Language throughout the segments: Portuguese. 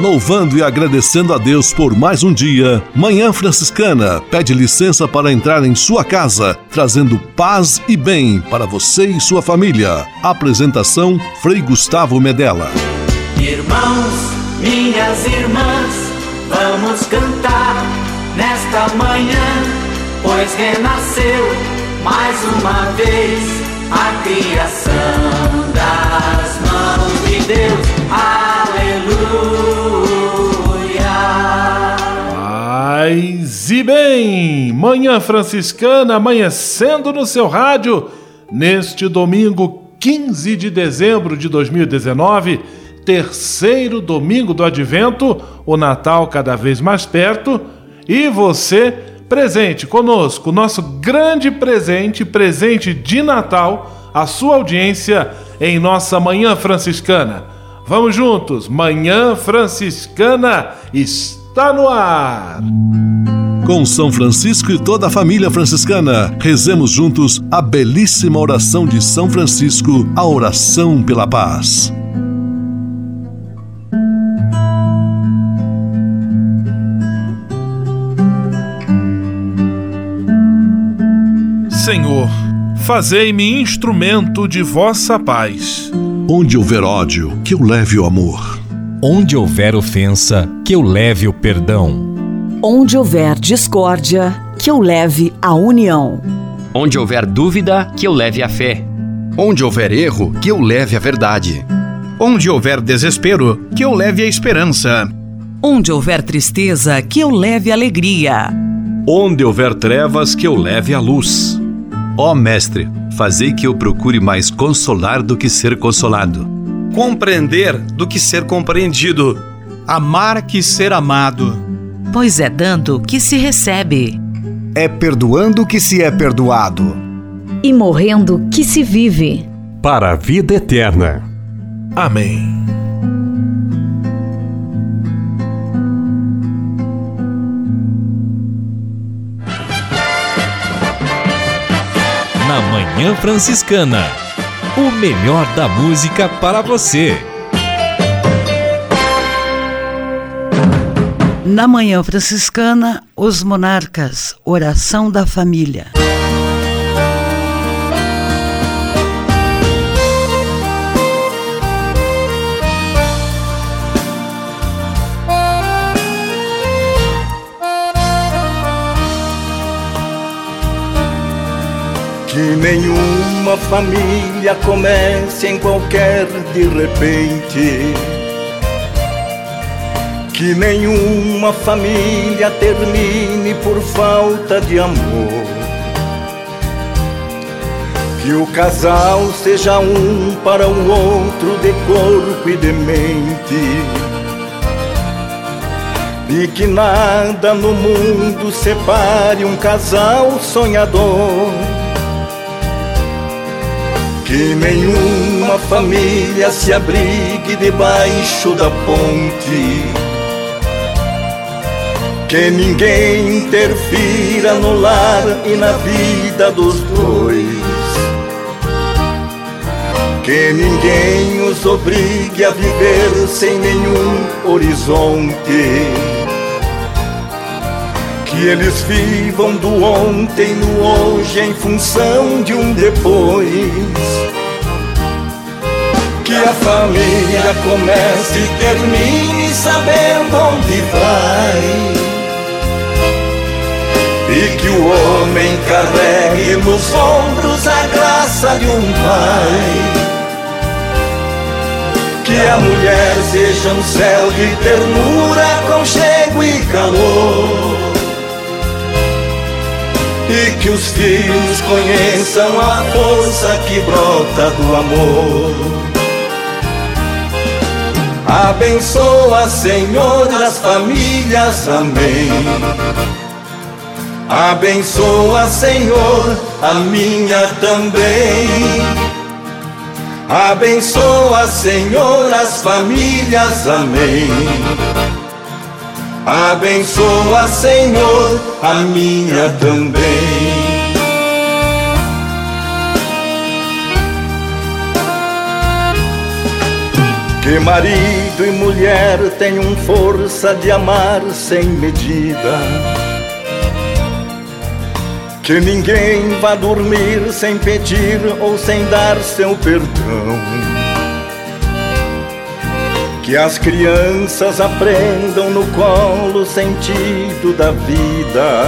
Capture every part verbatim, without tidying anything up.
Louvando e agradecendo a Deus por mais um dia, Manhã Franciscana pede licença para entrar em sua casa, trazendo paz e bem para você e sua família. Apresentação, Frei Gustavo Medella. Irmãos, minhas irmãs, vamos cantar nesta manhã, pois renasceu mais uma vez a criação das mãos de Deus. Aleluia. Paz e bem, Manhã Franciscana amanhecendo no seu rádio neste domingo quinze de dezembro de dois mil e dezenove, terceiro domingo do Advento, o Natal cada vez mais perto, e você presente conosco, nosso grande presente, presente de Natal, a sua audiência em nossa Manhã Franciscana. Vamos juntos, Manhã Franciscana está no ar. Com São Francisco e toda a família franciscana, rezemos juntos a belíssima oração de São Francisco, a oração pela paz. Senhor, fazei-me instrumento de vossa paz. Onde houver ódio, que eu leve o amor. Onde houver ofensa, que eu leve o perdão. Onde houver discórdia, que eu leve a união. Onde houver dúvida, que eu leve a fé. Onde houver erro, que eu leve a verdade. Onde houver desespero, que eu leve a esperança. Onde houver tristeza, que eu leve a alegria. Onde houver trevas, que eu leve a luz. Ó Mestre, fazei que eu procure mais consolar do que ser consolado. Compreender do que ser compreendido. Amar que ser amado. Pois é dando que se recebe. É perdoando que se é perdoado. E morrendo que se vive. Para a vida eterna. Amém. Na Manhã Franciscana, o melhor da música para você. Na Manhã Franciscana, os monarcas, oração da família. Que nenhuma família comece em qualquer de repente. Que nenhuma família termine por falta de amor. Que o casal seja um para o outro de corpo e de mente. E que nada no mundo separe um casal sonhador. Que nenhuma família se abrigue debaixo da ponte. Que ninguém interfira no lar e na vida dos dois. Que ninguém os obrigue a viver sem nenhum horizonte. Que eles vivam do ontem no hoje em função de um depois. Que a família comece e termine sabendo onde vai. E que o homem carregue nos ombros a graça de um pai. Que a mulher seja um céu de ternura, aconchego e calor. E que os filhos conheçam a força que brota do amor. Abençoa, Senhor, as famílias, amém. Abençoa, Senhor, a minha também. Abençoa, Senhor, as famílias, amém. Abençoa, Senhor, a minha também. Que Maria Marido e mulher tenham força de amar sem medida, que ninguém vá dormir sem pedir ou sem dar seu perdão, que as crianças aprendam no colo o sentido da vida,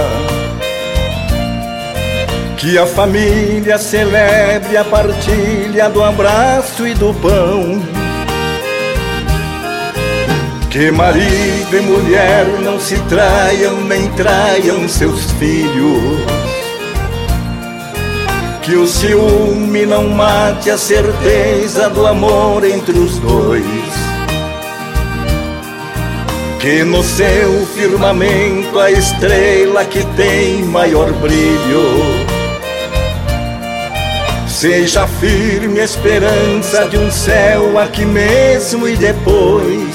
que a família celebre a partilha do abraço e do pão, que marido e mulher não se traiam nem traiam seus filhos, que o ciúme não mate a certeza do amor entre os dois, que no seu firmamento a estrela que tem maior brilho seja firme a esperança de um céu aqui mesmo e depois,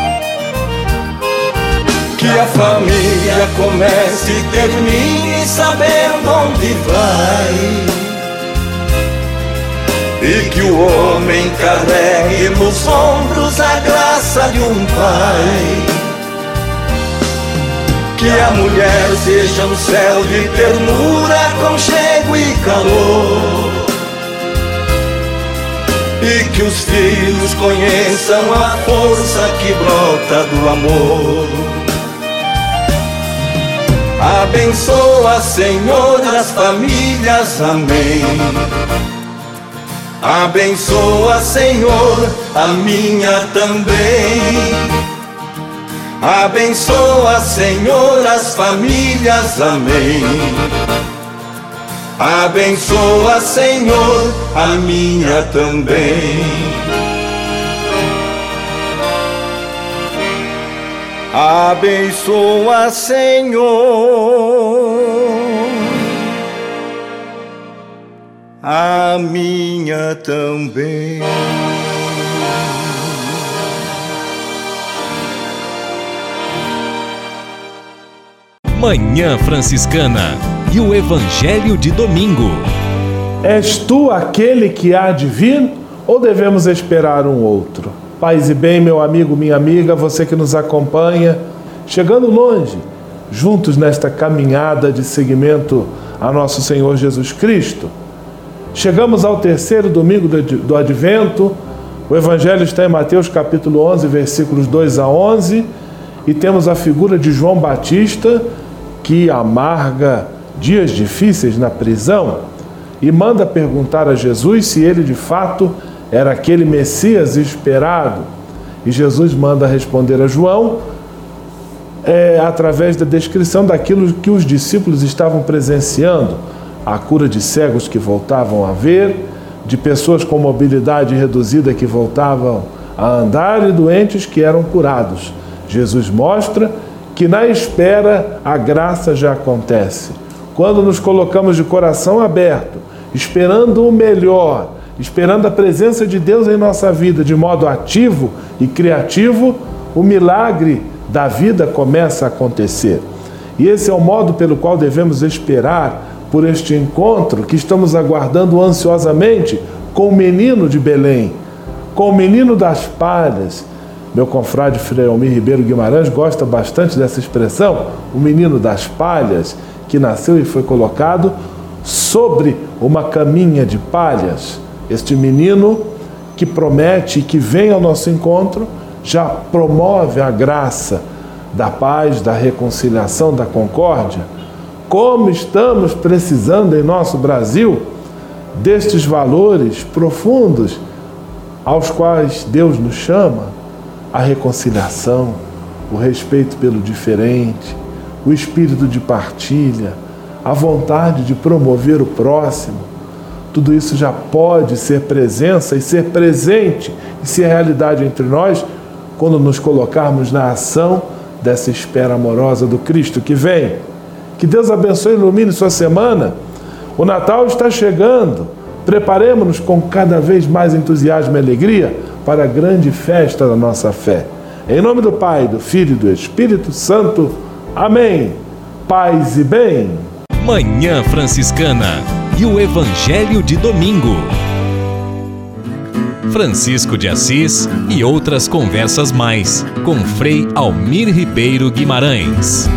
que a família comece e termine sabendo onde vai, e que o homem carregue nos ombros a graça de um pai, que a mulher seja um céu de ternura, aconchego e calor, e que os filhos conheçam a força que brota do amor. Abençoa, Senhor, as famílias, amém. Abençoa, Senhor, a minha também. Abençoa, Senhor, as famílias, amém. Abençoa, Senhor, a minha também. Abençoa, Senhor, a minha também. Manhã Franciscana e o Evangelho de domingo. És tu aquele que há de vir ou devemos esperar um outro? Paz e bem, meu amigo, minha amiga, você que nos acompanha, chegando longe, juntos nesta caminhada de seguimento a nosso Senhor Jesus Cristo. Chegamos ao terceiro domingo do Advento. O Evangelho está em Mateus capítulo onze, versículos dois a onze, e temos a figura de João Batista, que amarga dias difíceis na prisão e manda perguntar a Jesus se ele de fato era aquele Messias esperado. E Jesus manda responder a João é, através da descrição daquilo que os discípulos estavam presenciando: a cura de cegos que voltavam a ver, de pessoas com mobilidade reduzida que voltavam a andar e doentes que eram curados. Jesus mostra que na espera a graça já acontece. Quando nos colocamos de coração aberto, esperando o melhor, esperando a presença de Deus em nossa vida de modo ativo e criativo, o milagre da vida começa a acontecer. E esse é o modo pelo qual devemos esperar por este encontro que estamos aguardando ansiosamente com o menino de Belém, com o menino das palhas. Meu confrade Frei Almir Ribeiro Guimarães gosta bastante dessa expressão, o menino das palhas, que nasceu e foi colocado sobre uma caminha de palhas. Este menino que promete e que vem ao nosso encontro já promove a graça da paz, da reconciliação, da concórdia. Como estamos precisando em nosso Brasil destes valores profundos aos quais Deus nos chama: a reconciliação, o respeito pelo diferente, o espírito de partilha, a vontade de promover o próximo. Tudo isso já pode ser presença e ser presente e ser realidade entre nós quando nos colocarmos na ação dessa espera amorosa do Cristo que vem. Que Deus abençoe e ilumine sua semana. O Natal está chegando. Preparemos-nos com cada vez mais entusiasmo e alegria para a grande festa da nossa fé. Em nome do Pai, do Filho e do Espírito Santo. Amém. Paz e bem. Manhã Franciscana e o Evangelho de domingo. Francisco de Assis e outras conversas mais, com Frei Almir Ribeiro Guimarães.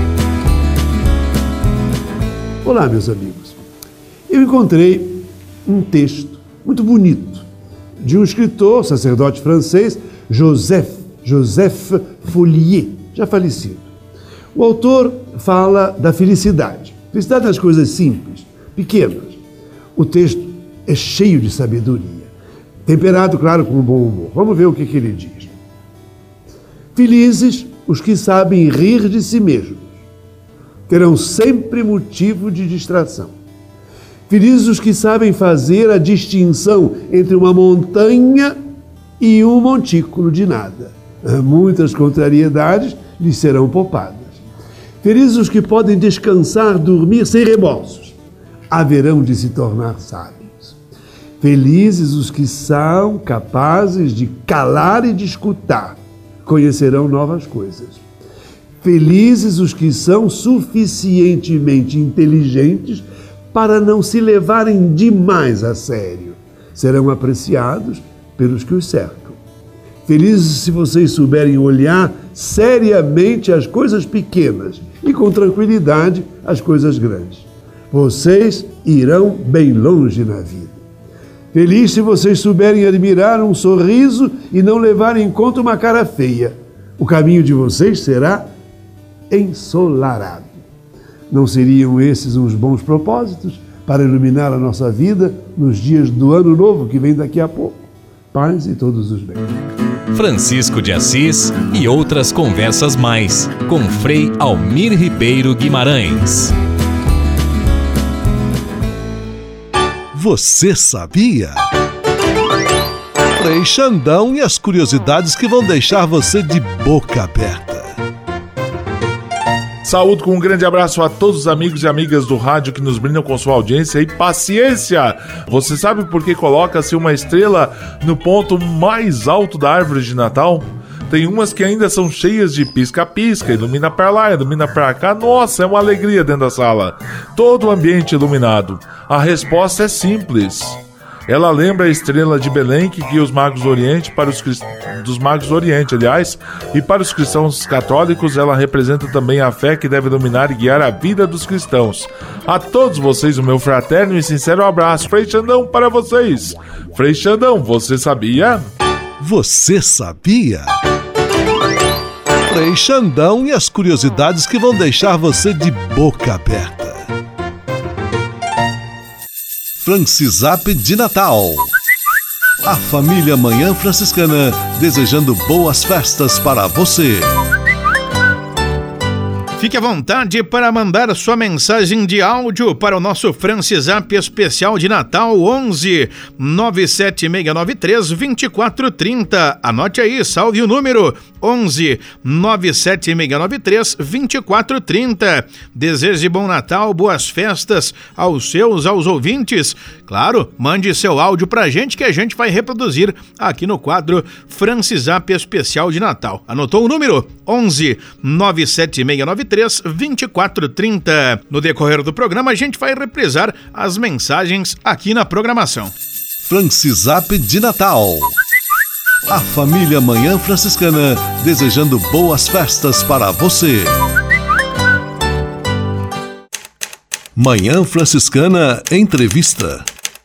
Olá, meus amigos. Eu encontrei um texto muito bonito de um escritor, sacerdote francês, Joseph, Joseph Folliet, já falecido. O autor fala da felicidade. Felicidade nas coisas simples, pequenas. O texto é cheio de sabedoria, temperado, claro, com um bom humor. Vamos ver o que, que ele diz. Felizes os que sabem rir de si mesmos, terão sempre motivo de distração. Felizes os que sabem fazer a distinção entre uma montanha e um montículo de nada. Muitas contrariedades lhes serão poupadas. Felizes os que podem descansar, dormir sem remorsos, haverão de se tornar sábios. Felizes os que são capazes de calar e de escutar, conhecerão novas coisas. Felizes os que são suficientemente inteligentes para não se levarem demais a sério, serão apreciados pelos que os cercam. Felizes se vocês souberem olhar seriamente as coisas pequenas e com tranquilidade as coisas grandes. Vocês irão bem longe na vida. Feliz se vocês souberem admirar um sorriso e não levarem em conta uma cara feia. O caminho de vocês será ensolarado. Não seriam esses uns bons propósitos para iluminar a nossa vida nos dias do ano novo que vem daqui a pouco? Paz e todos os bens. Francisco de Assis e outras conversas mais, com Frei Almir Ribeiro Guimarães. Você sabia? Frei Xandão e as curiosidades que vão deixar você de boca aberta. Saúdo com um grande abraço a todos os amigos e amigas do rádio que nos brindam com sua audiência e paciência. Você sabe por que coloca-se uma estrela no ponto mais alto da árvore de Natal? Tem umas que ainda são cheias de pisca-pisca, ilumina pra lá, ilumina pra cá. Nossa, é uma alegria dentro da sala. Todo o ambiente iluminado. A resposta é simples. Ela lembra a estrela de Belém que guia os magos do Oriente para os crist... dos magos do Oriente, aliás, e para os cristãos católicos ela representa também a fé que deve dominar e guiar a vida dos cristãos. A todos vocês o meu fraterno e sincero abraço. Frei Xandão para vocês. Frei Xandão, você sabia? Você sabia? Frei Xandão e as curiosidades que vão deixar você de boca aberta. Francisap de Natal. A família Manhã Franciscana desejando boas festas para você. Fique à vontade para mandar sua mensagem de áudio para o nosso Francisap especial de Natal onze nove sete seis nove três, dois quatro três zero. Anote aí, salve o número onze nove sete seis nove três, dois quatro três zero. Deseje bom Natal, boas festas aos seus, aos ouvintes. Claro, mande seu áudio pra gente que a gente vai reproduzir aqui no quadro Francisap especial de Natal. Anotou o número? onze nove sete seis nove três, dois quatro três zero. No decorrer do programa a gente vai reprisar as mensagens aqui na programação. Francisap de Natal. A família Manhã Franciscana desejando boas festas para você. Manhã Franciscana Entrevista.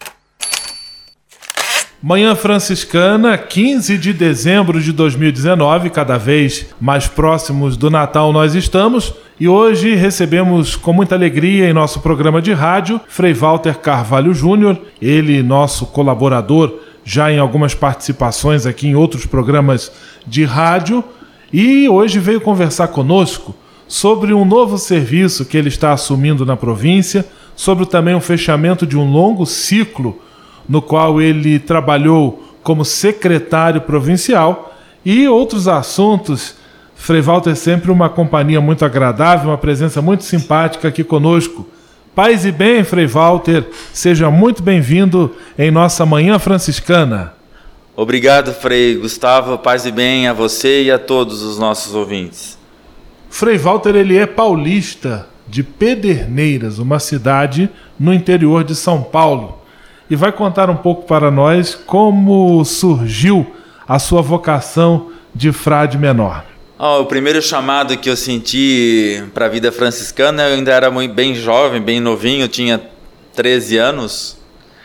Manhã Franciscana, quinze de dezembro de dois mil e dezenove, cada vez mais próximos do Natal nós estamos, e hoje recebemos com muita alegria em nosso programa de rádio Frei Walter Carvalho Júnior, ele nosso colaborador já em algumas participações aqui em outros programas de rádio, e hoje veio conversar conosco sobre um novo serviço que ele está assumindo na província, sobre também o fechamento de um longo ciclo no qual ele trabalhou como secretário provincial e outros assuntos. Frei Walter é sempre uma companhia muito agradável, uma presença muito simpática aqui conosco. Paz e bem, Frei Walter, seja muito bem-vindo em nossa Manhã Franciscana. Obrigado, Frei Gustavo, paz e bem a você e a todos os nossos ouvintes. Frei Walter, ele é paulista de Pederneiras, uma cidade no interior de São Paulo. e vai contar um pouco para nós como surgiu a sua vocação de frade menor. Oh, o primeiro chamado que eu senti para a vida franciscana, eu ainda era muito, bem jovem, bem novinho, eu tinha treze anos,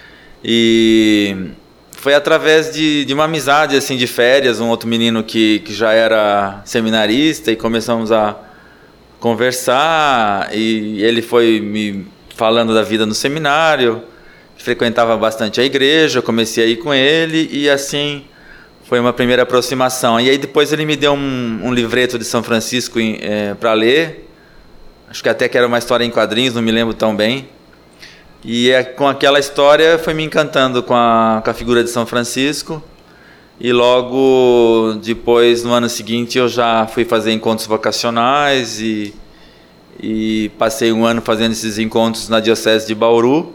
e foi através de, de uma amizade assim, de férias, um outro menino que, que já era seminarista, e começamos a conversar, e ele foi me falando da vida no seminário, frequentava bastante a igreja, eu comecei a ir com ele, e assim foi uma primeira aproximação. E aí depois ele me deu um, um livreto de São Francisco é, para ler, acho que até que era uma história em quadrinhos, não me lembro tão bem, e é, com aquela história foi me encantando com a, com a figura de São Francisco, e logo depois, no ano seguinte, eu já fui fazer encontros vocacionais e, e passei um ano fazendo esses encontros na Diocese de Bauru.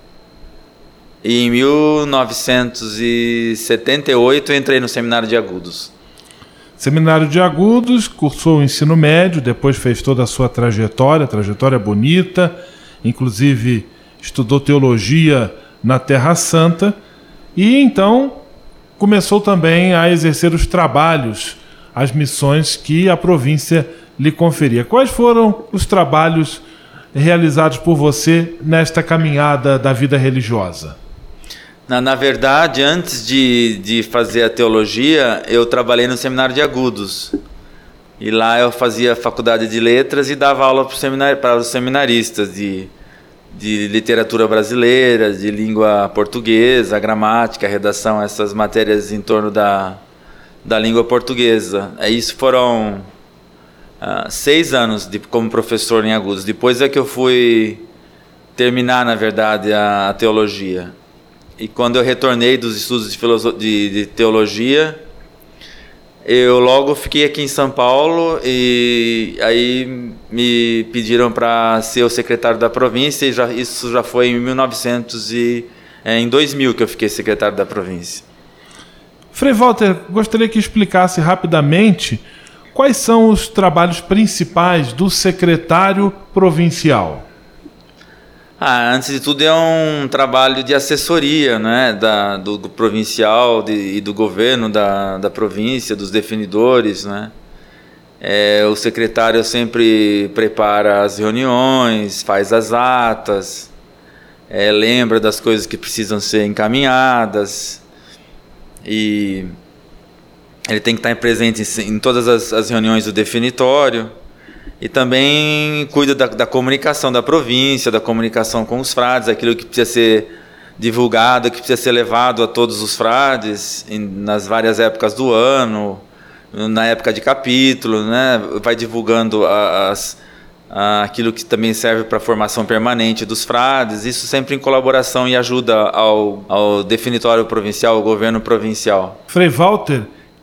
E em mil novecentos e setenta e oito eu entrei no Seminário de Agudos. Seminário de Agudos, cursou o ensino médio, depois fez toda a sua trajetória, trajetória bonita, inclusive estudou teologia na Terra Santa, e então começou também a exercer os trabalhos, as missões que a província lhe conferia. Quais foram os trabalhos realizados por você nesta caminhada da vida religiosa? Na, na verdade, antes de, de fazer a teologia, eu trabalhei no Seminário de Agudos. E lá eu fazia faculdade de letras e dava aula para, seminar, para os seminaristas de, de literatura brasileira, de língua portuguesa, gramática, redação, essas matérias em torno da, da língua portuguesa. Isso foram uh, seis anos de, como professor em Agudos. Depois é que eu fui terminar, na verdade, a, a teologia. E quando eu retornei dos estudos de, filoso- de, de teologia, eu logo fiquei aqui em São Paulo, e aí me pediram para ser o secretário da província, e já, isso já foi em mil e novecentos e é, em dois mil que eu fiquei secretário da província. Frei Walter, gostaria que explicasse rapidamente quais são os trabalhos principais do secretário provincial. Ah, antes de tudo é um trabalho de assessoria, né, da, do, do provincial de, e do governo da, da província, dos definidores, né. É, o secretário sempre prepara as reuniões, faz as atas, é, lembra das coisas que precisam ser encaminhadas, e ele tem que estar presente em, em todas as, as reuniões do definitório. E também cuida da, da comunicação da província, da comunicação com os frades, aquilo que precisa ser divulgado, que precisa ser levado a todos os frades em, nas várias épocas do ano, na época de capítulo, né? Vai divulgando as, a, aquilo que também serve para a formação permanente dos frades, isso sempre em colaboração e ajuda ao, ao definitório provincial, ao governo provincial. Frei Walter,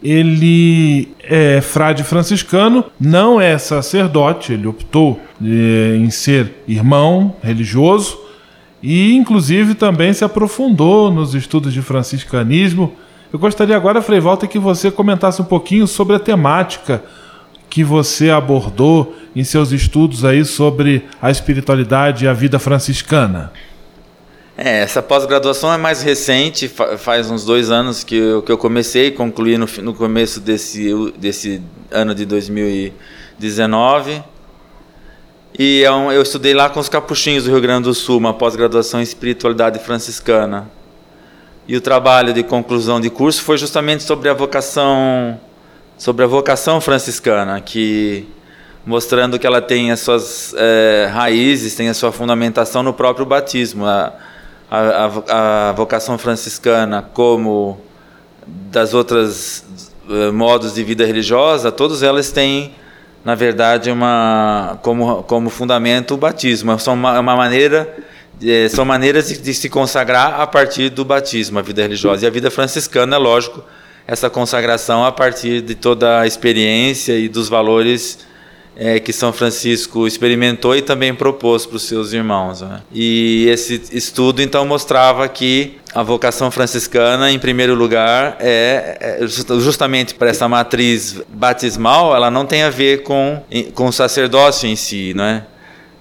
ele é frade franciscano, não é sacerdote, ele optou é, em ser irmão religioso e, inclusive, também se aprofundou nos estudos de franciscanismo. Eu gostaria agora, Frei Walter, que você comentasse um pouquinho sobre a temática que você abordou em seus estudos aí sobre a espiritualidade e a vida franciscana. É, essa pós-graduação é mais recente, faz uns dois anos que eu, que eu comecei, concluí no, no começo desse, desse ano de dois mil e dezenove. E eu, eu estudei lá com os capuchinhos do Rio Grande do Sul, uma pós-graduação em espiritualidade franciscana. E o trabalho de conclusão de curso foi justamente sobre a vocação, sobre a vocação franciscana, que mostrando que ela tem as suas é, raízes, tem a sua fundamentação no próprio batismo. A, A, a, a vocação franciscana, como das outras uh, modos de vida religiosa, todas elas têm, na verdade, uma, como, como fundamento o batismo. São uma, uma maneira, de, são maneiras de, de se consagrar a partir do batismo, a vida religiosa. E a vida franciscana, é lógico, essa consagração a partir de toda a experiência e dos valores É, que São Francisco experimentou e também propôs para os seus irmãos, né? E esse estudo então mostrava que a vocação franciscana, em primeiro lugar, é, é justamente para essa matriz batismal, ela não tem a ver com, com o sacerdócio em si, né?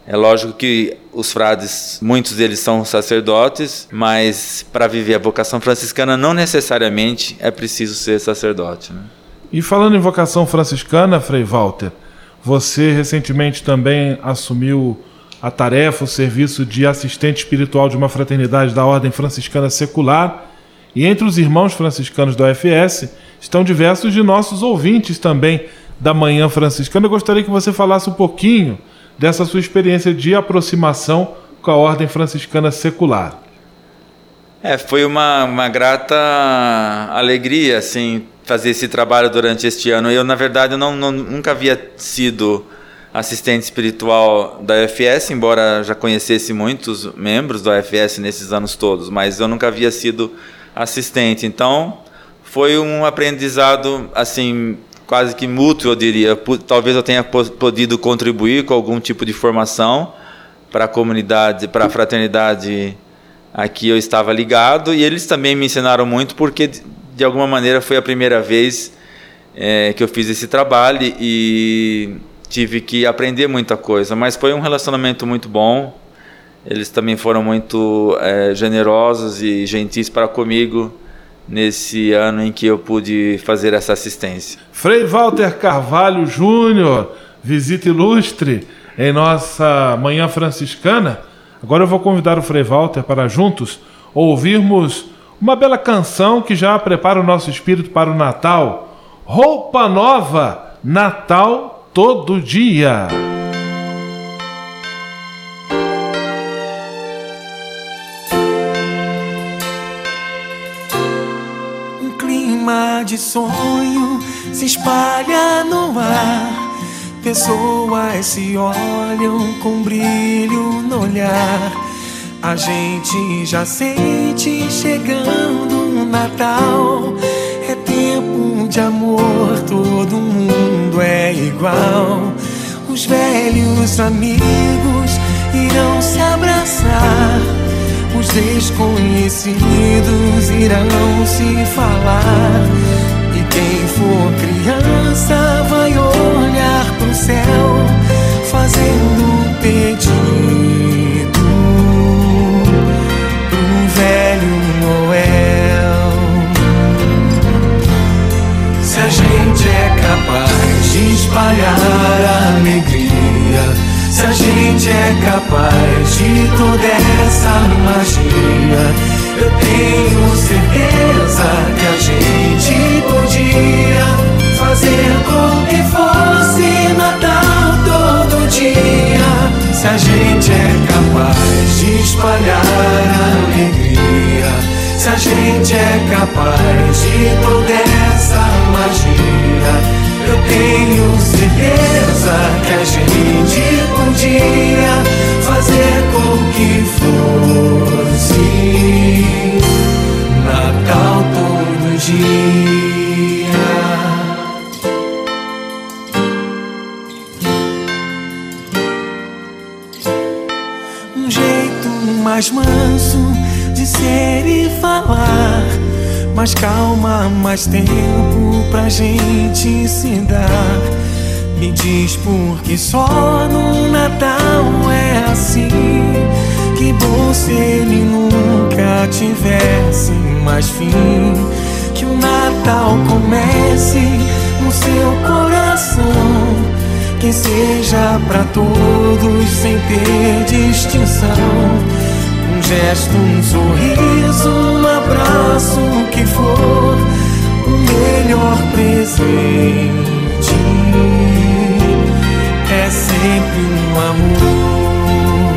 É lógico que os frades, muitos deles são sacerdotes, mas para viver a vocação franciscana não necessariamente é preciso ser sacerdote, né? E falando em vocação franciscana, Frei Walter, você recentemente também assumiu a tarefa, o serviço de assistente espiritual de uma fraternidade da Ordem Franciscana Secular, e entre os irmãos franciscanos da U F S estão diversos de nossos ouvintes também da Manhã Franciscana. Eu gostaria que você falasse um pouquinho dessa sua experiência de aproximação com a Ordem Franciscana Secular. É, foi uma, uma grata alegria, assim, fazer esse trabalho durante este ano. Eu, na verdade, eu não, não, nunca havia sido assistente espiritual da U F S, embora já conhecesse muitos membros da U F S nesses anos todos, mas eu nunca havia sido assistente. Então, foi um aprendizado, assim, quase que mútuo, eu diria. Talvez eu tenha podido contribuir com algum tipo de formação para a comunidade, para a fraternidade a que eu estava ligado, e eles também me ensinaram muito, porque de alguma maneira foi a primeira vez é, que eu fiz esse trabalho e tive que aprender muita coisa, mas foi um relacionamento muito bom. Eles também foram muito é, generosos e gentis para comigo nesse ano em que eu pude fazer essa assistência. Frei Walter Carvalho Júnior, visita ilustre em nossa Manhã Franciscana. Agora eu vou convidar o Frei Walter para juntos ouvirmos uma bela canção que já prepara o nosso espírito para o Natal. Roupa Nova, Natal todo dia. Um clima de sonho se espalha no ar. Pessoas se olham com brilho no olhar. A gente já sente chegando o Natal. É tempo de amor, todo mundo é igual. Os velhos amigos irão se abraçar. Os desconhecidos irão se falar. E quem for criança vai olhar pro céu, fazendo um pedido pro velho Noel. Se a gente é capaz de espalhar a alegria, se a gente é capaz de toda essa magia, eu tenho certeza que a gente podia fazer com que fosse Natal todo dia. Se a gente é capaz de espalhar a alegria, se a gente é capaz de toda essa magia, eu tenho certeza que a gente podia fazer com que fosse Natal todo dia. Um jeito mais manso de ser e falar, mais calma, mais tempo pra gente se dar. Me diz por que só no Natal é assim. Que bom se ele nunca tivesse mais fim. Que o Natal comece no seu coração, que seja pra todos sem ter distinção. Um gesto, um sorriso, um abraço, o que for, o melhor presente é sempre um amor.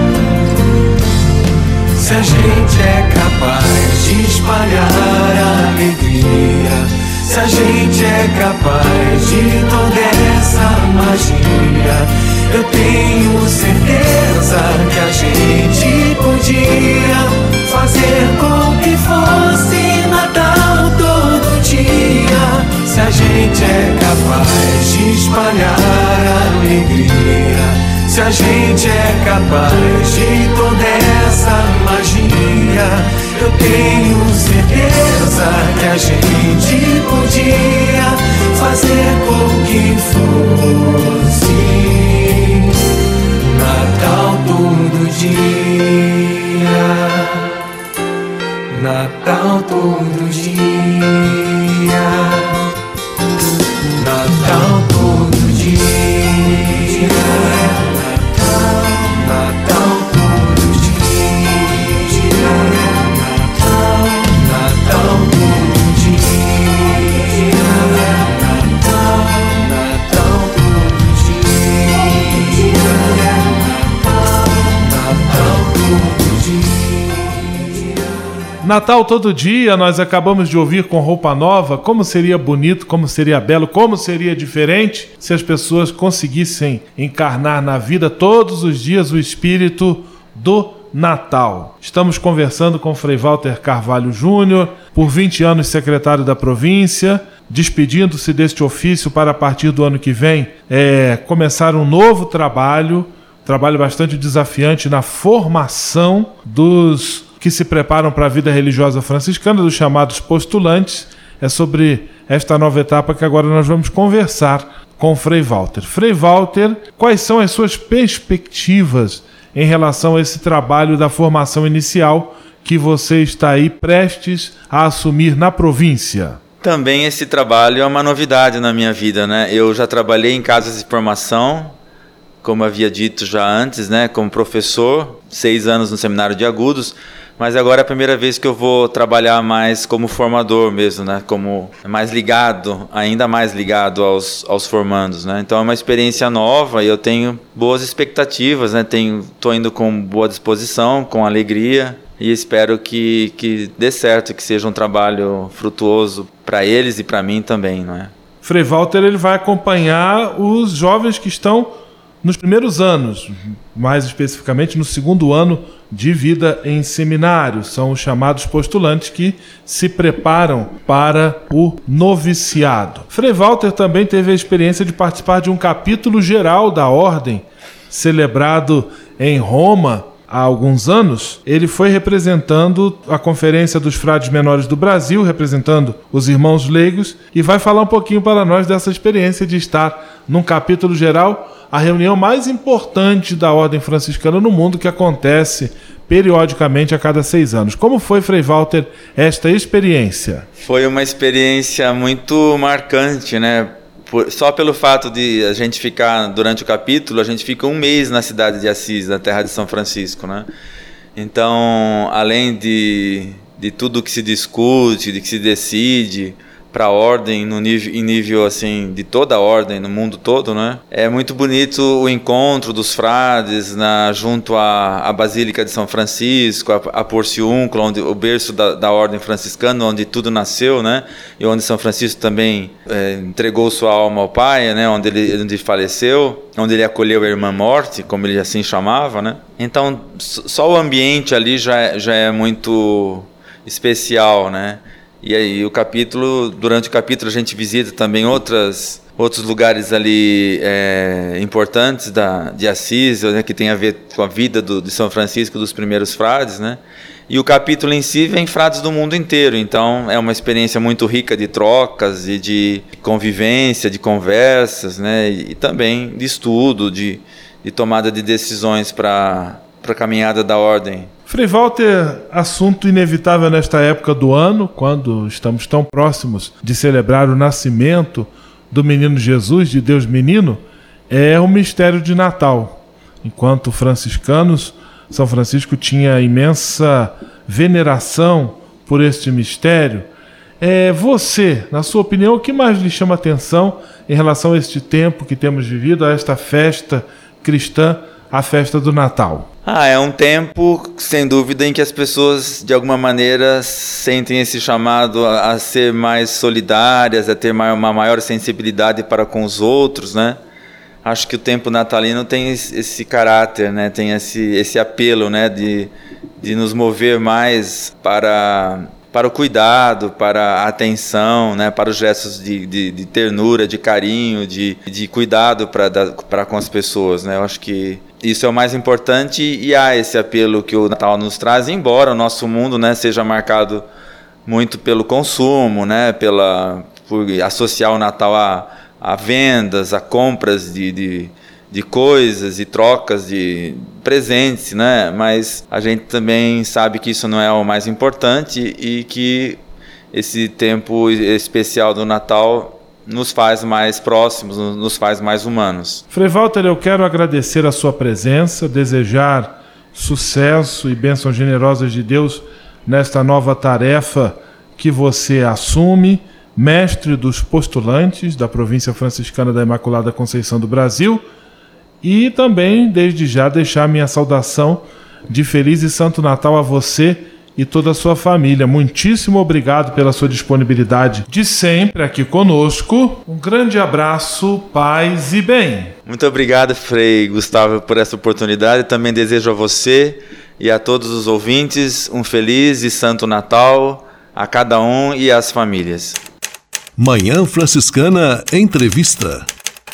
Se a gente é capaz de espalhar a alegria, se a gente é capaz de toda essa magia, eu tenho certeza que a gente podia fazer com que fosse Natal todo dia. Se a gente é capaz de espalhar a alegria, se a gente é capaz de toda essa magia, eu tenho certeza que a gente podia fazer com que fosse Natal todo dia, Natal todo dia, Natal todo dia, Natal, Natal todo dia, Natal, Natal todo dia, Natal, Natal todo dia, Natal todo dia. Natal todo dia, nós acabamos de ouvir com Roupa Nova. Como seria bonito, como seria belo, como seria diferente se as pessoas conseguissem encarnar na vida todos os dias o espírito do Natal. Estamos conversando com Frei Walter Carvalho Júnior, por vinte anos secretário da província, despedindo-se deste ofício para, a partir do ano que vem, é, começar um novo trabalho, trabalho bastante desafiante na formação dos que se preparam para a vida religiosa franciscana, dos chamados postulantes. É sobre esta nova etapa que agora nós vamos conversar com Frei Walter. Frei Walter, quais são as suas perspectivas em relação a esse trabalho da formação inicial que você está aí prestes a assumir na província? Também esse trabalho é uma novidade na minha vida, né? Eu já trabalhei em casas de formação, como havia dito já antes, né? Como professor, seis anos no Seminário de Agudos, mas agora é a primeira vez que eu vou trabalhar mais como formador mesmo, né? Como mais ligado, ainda mais ligado aos, aos formandos, né? Então é uma experiência nova e eu tenho boas expectativas, né? Tenho, tô indo com boa disposição, com alegria e espero que, que dê certo, que seja um trabalho frutuoso para eles e para mim também, não é? Frei Walter, ele vai acompanhar os jovens que estão nos primeiros anos, mais especificamente no segundo ano de vida em seminário. São os chamados postulantes que se preparam para o noviciado. Frei Walter também teve a experiência de participar de um capítulo geral da ordem, celebrado em Roma há alguns anos. Ele foi representando a Conferência dos Frades Menores do Brasil, representando os irmãos leigos, e vai falar um pouquinho para nós dessa experiência de estar num capítulo geral, a reunião mais importante da Ordem Franciscana no mundo, que acontece periodicamente a cada seis anos. Como foi, Frei Walter, esta experiência? Foi uma experiência muito marcante, né? Por, só pelo fato de a gente ficar, durante o capítulo, a gente fica um mês na cidade de Assis, na terra de São Francisco, né? Então, além de, de tudo que se discute, de que se decide para a ordem no nível, em nível assim de toda a ordem no mundo todo, né? É muito bonito o encontro dos frades na, junto à, à Basílica de São Francisco, a, a Porciúncula, onde o berço da, da ordem franciscana, onde tudo nasceu, né? E onde São Francisco também é, entregou sua alma ao Pai, né? Onde ele, onde ele faleceu, onde ele acolheu a irmã morte, como ele assim chamava, né? Então só o ambiente ali já, já é muito especial, né? E aí o capítulo, durante o capítulo a gente visita também outras, outros lugares ali é, importantes da, de Assis, né, que tem a ver com a vida do, de São Francisco, dos primeiros frades, né? E o capítulo em si vem frades do mundo inteiro, então é uma experiência muito rica de trocas e de convivência, de conversas, né? E, e também de estudo, de, de tomada de decisões para a caminhada da ordem. Frei Walter, assunto inevitável nesta época do ano, quando estamos tão próximos de celebrar o nascimento do menino Jesus, de Deus menino, é o mistério de Natal. Enquanto franciscanos, São Francisco tinha imensa veneração por este mistério. É, você, na sua opinião, o que mais lhe chama atenção em relação a este tempo que temos vivido, a esta festa cristã, a festa do Natal? Ah, é um tempo, sem dúvida, em que as pessoas, de alguma maneira, sentem esse chamado a, a ser mais solidárias, a ter uma maior sensibilidade para com os outros, né? Acho que o tempo natalino tem esse, esse caráter, né? Tem esse, esse apelo, né? De, de nos mover mais para, para o cuidado, para a atenção, né? Para os gestos de, de, de ternura, de carinho, de, de cuidado para, para com as pessoas, né? Eu acho que isso é o mais importante e há esse apelo que o Natal nos traz, embora o nosso mundo, né, seja marcado muito pelo consumo, né, pela, por associar o Natal a, a vendas, a compras de, de, de coisas e trocas de presentes, né? Mas a gente também sabe que isso não é o mais importante e que esse tempo especial do Natal nos faz mais próximos, nos faz mais humanos. Frei Walter, eu quero agradecer a sua presença, desejar sucesso e bênçãos generosas de Deus nesta nova tarefa que você assume, mestre dos postulantes da província franciscana da Imaculada Conceição do Brasil, e também, desde já, deixar minha saudação de Feliz e Santo Natal a você e toda a sua família. Muitíssimo obrigado pela sua disponibilidade de sempre aqui conosco. Um grande abraço, paz e bem. Muito obrigado, Frei Gustavo, por essa oportunidade. Também desejo a você e a todos os ouvintes um feliz e santo Natal a cada um e às famílias. Manhã Franciscana Entrevista.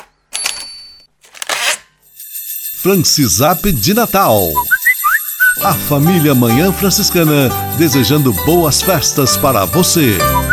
Francisap de Natal. A família Manhã Franciscana desejando boas festas para você.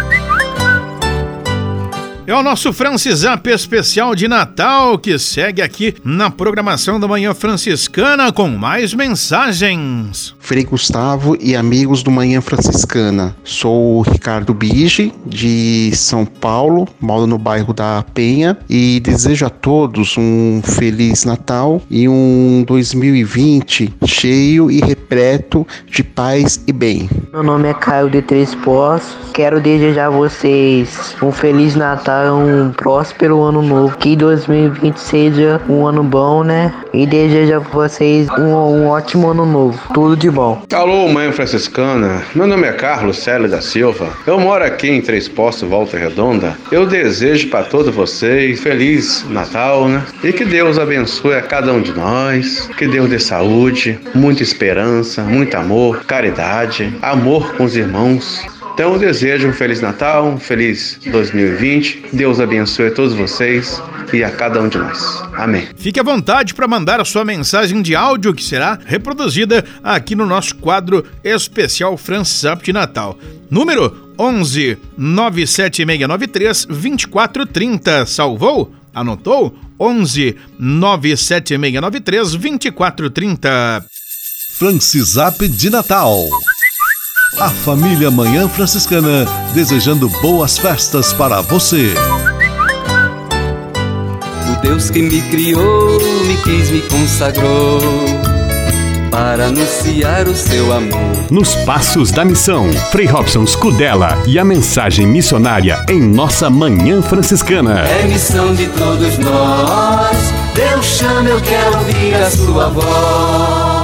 É o nosso Francisap especial de Natal que segue aqui na programação da Manhã Franciscana com mais mensagens. Frei Gustavo e amigos do Manhã Franciscana. Sou o Ricardo Bige, de São Paulo, moro no bairro da Penha e desejo a todos um Feliz Natal e um dois mil e vinte cheio e repleto de paz e bem. Meu nome é Caio de Três Poços. Quero desejar a vocês um Feliz Natal, um próspero ano novo, que dois mil e vinte seja um ano bom, né? E desejo a vocês um, um ótimo ano novo, tudo de bom. Alô, Manhã Franciscana, meu nome é Carlos Célio da Silva, eu moro aqui em Três Poços, Volta Redonda. Eu desejo para todos vocês Feliz Natal, né? E que Deus abençoe a cada um de nós, que Deus dê saúde, muita esperança, muito amor, caridade, amor com os irmãos. Então eu desejo um Feliz Natal, um feliz dois mil e vinte. Deus abençoe a todos vocês e a cada um de nós. Amém. Fique à vontade para mandar a sua mensagem de áudio que será reproduzida aqui no nosso quadro especial Francisap de Natal. Número onze nove sete seis nove três dois quatro três zero. Salvou? Anotou? onze nove sete seis nove três dois quatro três zero. Francisap de Natal. A família Manhã Franciscana desejando boas festas para você. O Deus que me criou, me quis, me consagrou para anunciar o seu amor. Nos Passos da Missão, Frei Robson Scudella e a mensagem missionária em nossa Manhã Franciscana. É missão de todos nós, Deus chama, eu quero ouvir a sua voz.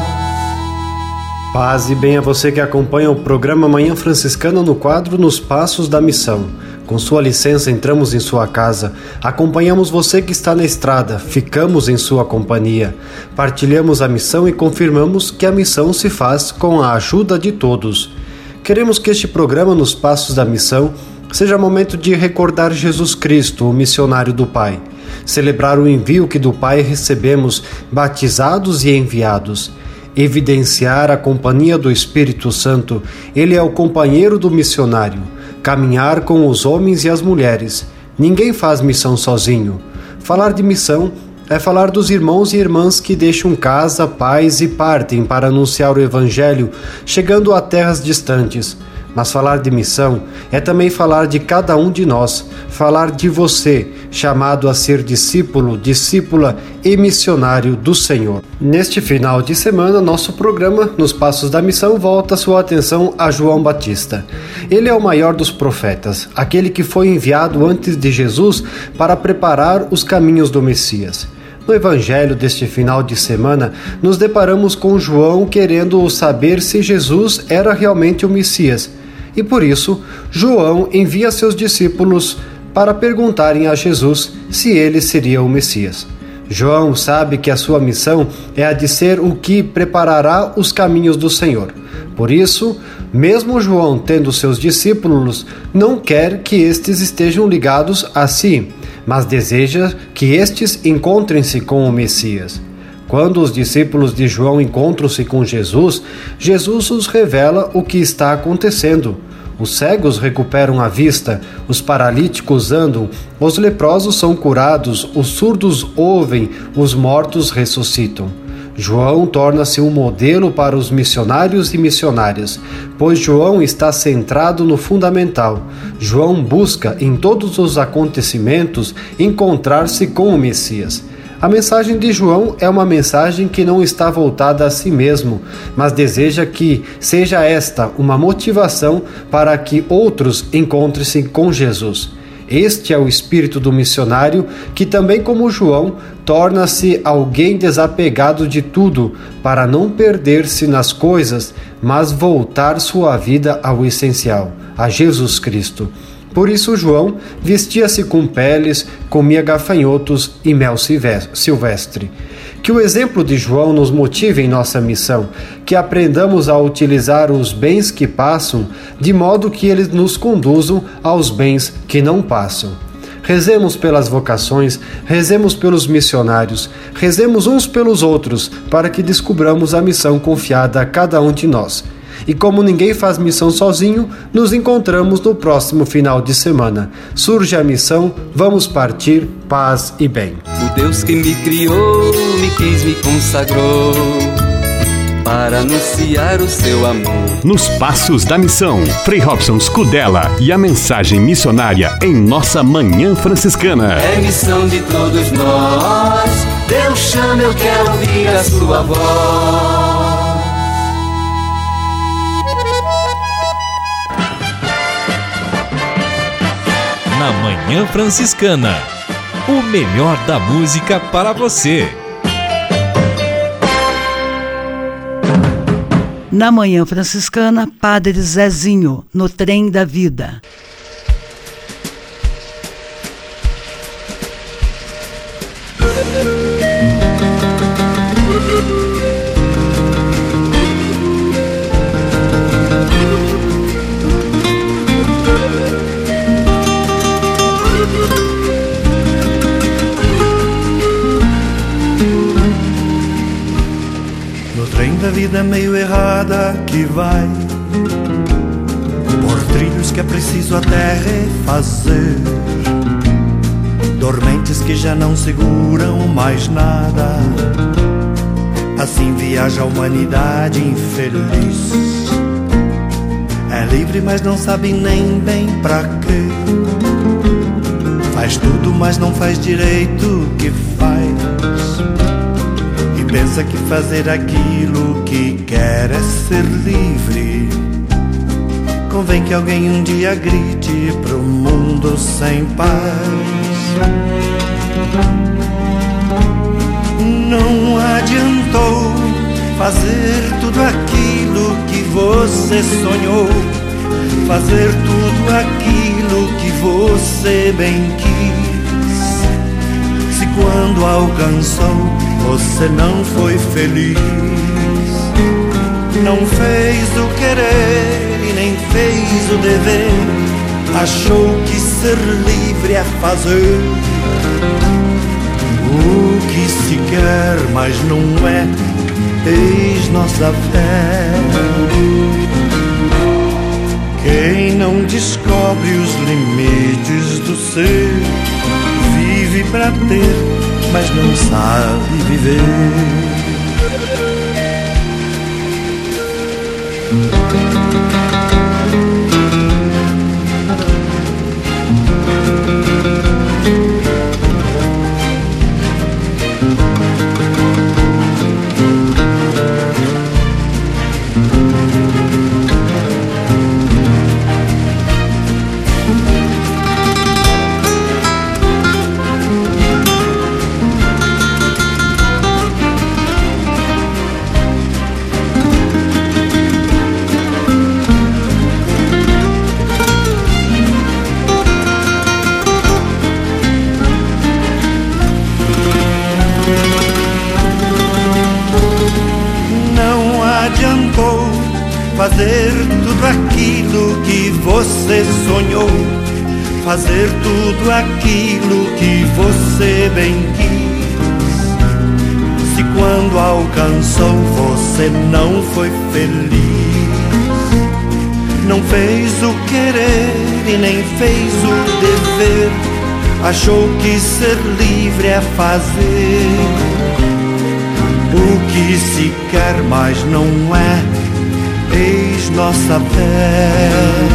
Paz e bem a você que acompanha o programa Manhã Franciscana no quadro Nos Passos da Missão. Com sua licença, entramos em sua casa, acompanhamos você que está na estrada, ficamos em sua companhia, partilhamos a missão e confirmamos que a missão se faz com a ajuda de todos. Queremos que este programa Nos Passos da Missão seja momento de recordar Jesus Cristo, o missionário do Pai, celebrar o envio que do Pai recebemos, batizados e enviados, evidenciar a companhia do Espírito Santo. Ele é o companheiro do missionário, caminhar com os homens e as mulheres. Ninguém faz missão sozinho. Falar de missão é falar dos irmãos e irmãs que deixam casa, pais e partem para anunciar o Evangelho, chegando a terras distantes. Mas falar de missão é também falar de cada um de nós, falar de você, chamado a ser discípulo, discípula e missionário do Senhor. Neste final de semana, nosso programa Nos Passos da Missão volta sua atenção a João Batista. Ele é o maior dos profetas, aquele que foi enviado antes de Jesus para preparar os caminhos do Messias. No evangelho deste final de semana, nos deparamos com João querendo saber se Jesus era realmente o Messias. E por isso, João envia seus discípulos para perguntarem a Jesus se ele seria o Messias. João sabe que a sua missão é a de ser o que preparará os caminhos do Senhor. Por isso, mesmo João tendo seus discípulos, não quer que estes estejam ligados a si, mas deseja que estes encontrem-se com o Messias. Quando os discípulos de João encontram-se com Jesus, Jesus os revela o que está acontecendo. Os cegos recuperam a vista, os paralíticos andam, os leprosos são curados, os surdos ouvem, os mortos ressuscitam. João torna-se um modelo para os missionários e missionárias, pois João está centrado no fundamental. João busca, em todos os acontecimentos, encontrar-se com o Messias. A mensagem de João é uma mensagem que não está voltada a si mesmo, mas deseja que seja esta uma motivação para que outros encontrem-se com Jesus. Este é o espírito do missionário que, também como João, torna-se alguém desapegado de tudo para não perder-se nas coisas, mas voltar sua vida ao essencial, a Jesus Cristo. Por isso João vestia-se com peles, comia gafanhotos e mel silvestre. Que o exemplo de João nos motive em nossa missão, que aprendamos a utilizar os bens que passam, de modo que eles nos conduzam aos bens que não passam. Rezemos pelas vocações, rezemos pelos missionários, rezemos uns pelos outros, para que descubramos a missão confiada a cada um de nós. E como ninguém faz missão sozinho, nos encontramos no próximo final de semana. Surge a missão, vamos partir, paz e bem. O Deus que me criou, me quis, me consagrou, para anunciar o seu amor. Nos Passos da Missão, Frei Robson Scudella e a mensagem missionária em nossa Manhã Franciscana. É missão de todos nós, Deus chama, eu quero ouvir a sua voz. Na Manhã Franciscana, o melhor da música para você. Na Manhã Franciscana, Padre Zezinho, no Trem da Vida. Da vida meio errada que vai por trilhos que é preciso até refazer, dormentes que já não seguram mais nada. Assim viaja a humanidade infeliz. É livre, mas não sabe nem bem pra quê. Faz tudo, mas não faz direito o que faz. Pensa que fazer aquilo que quer é ser livre. Convém que alguém um dia grite pro mundo sem paz. Não adiantou fazer tudo aquilo que você sonhou, fazer tudo aquilo que você bem quis. Se quando alcançou você não foi feliz, não fez o querer e nem fez o dever, achou que ser livre é fazer o que se quer, mas não é, eis nossa fé. Quem não descobre os limites do ser, vive pra ter, mas não sabe viver. Fazer tudo aquilo que você sonhou, fazer tudo aquilo que você bem quis. Se quando alcançou você não foi feliz, Não fez o querer e nem fez o dever, achou que ser livre é fazer o que se quer, mas não é, eis nossa fé.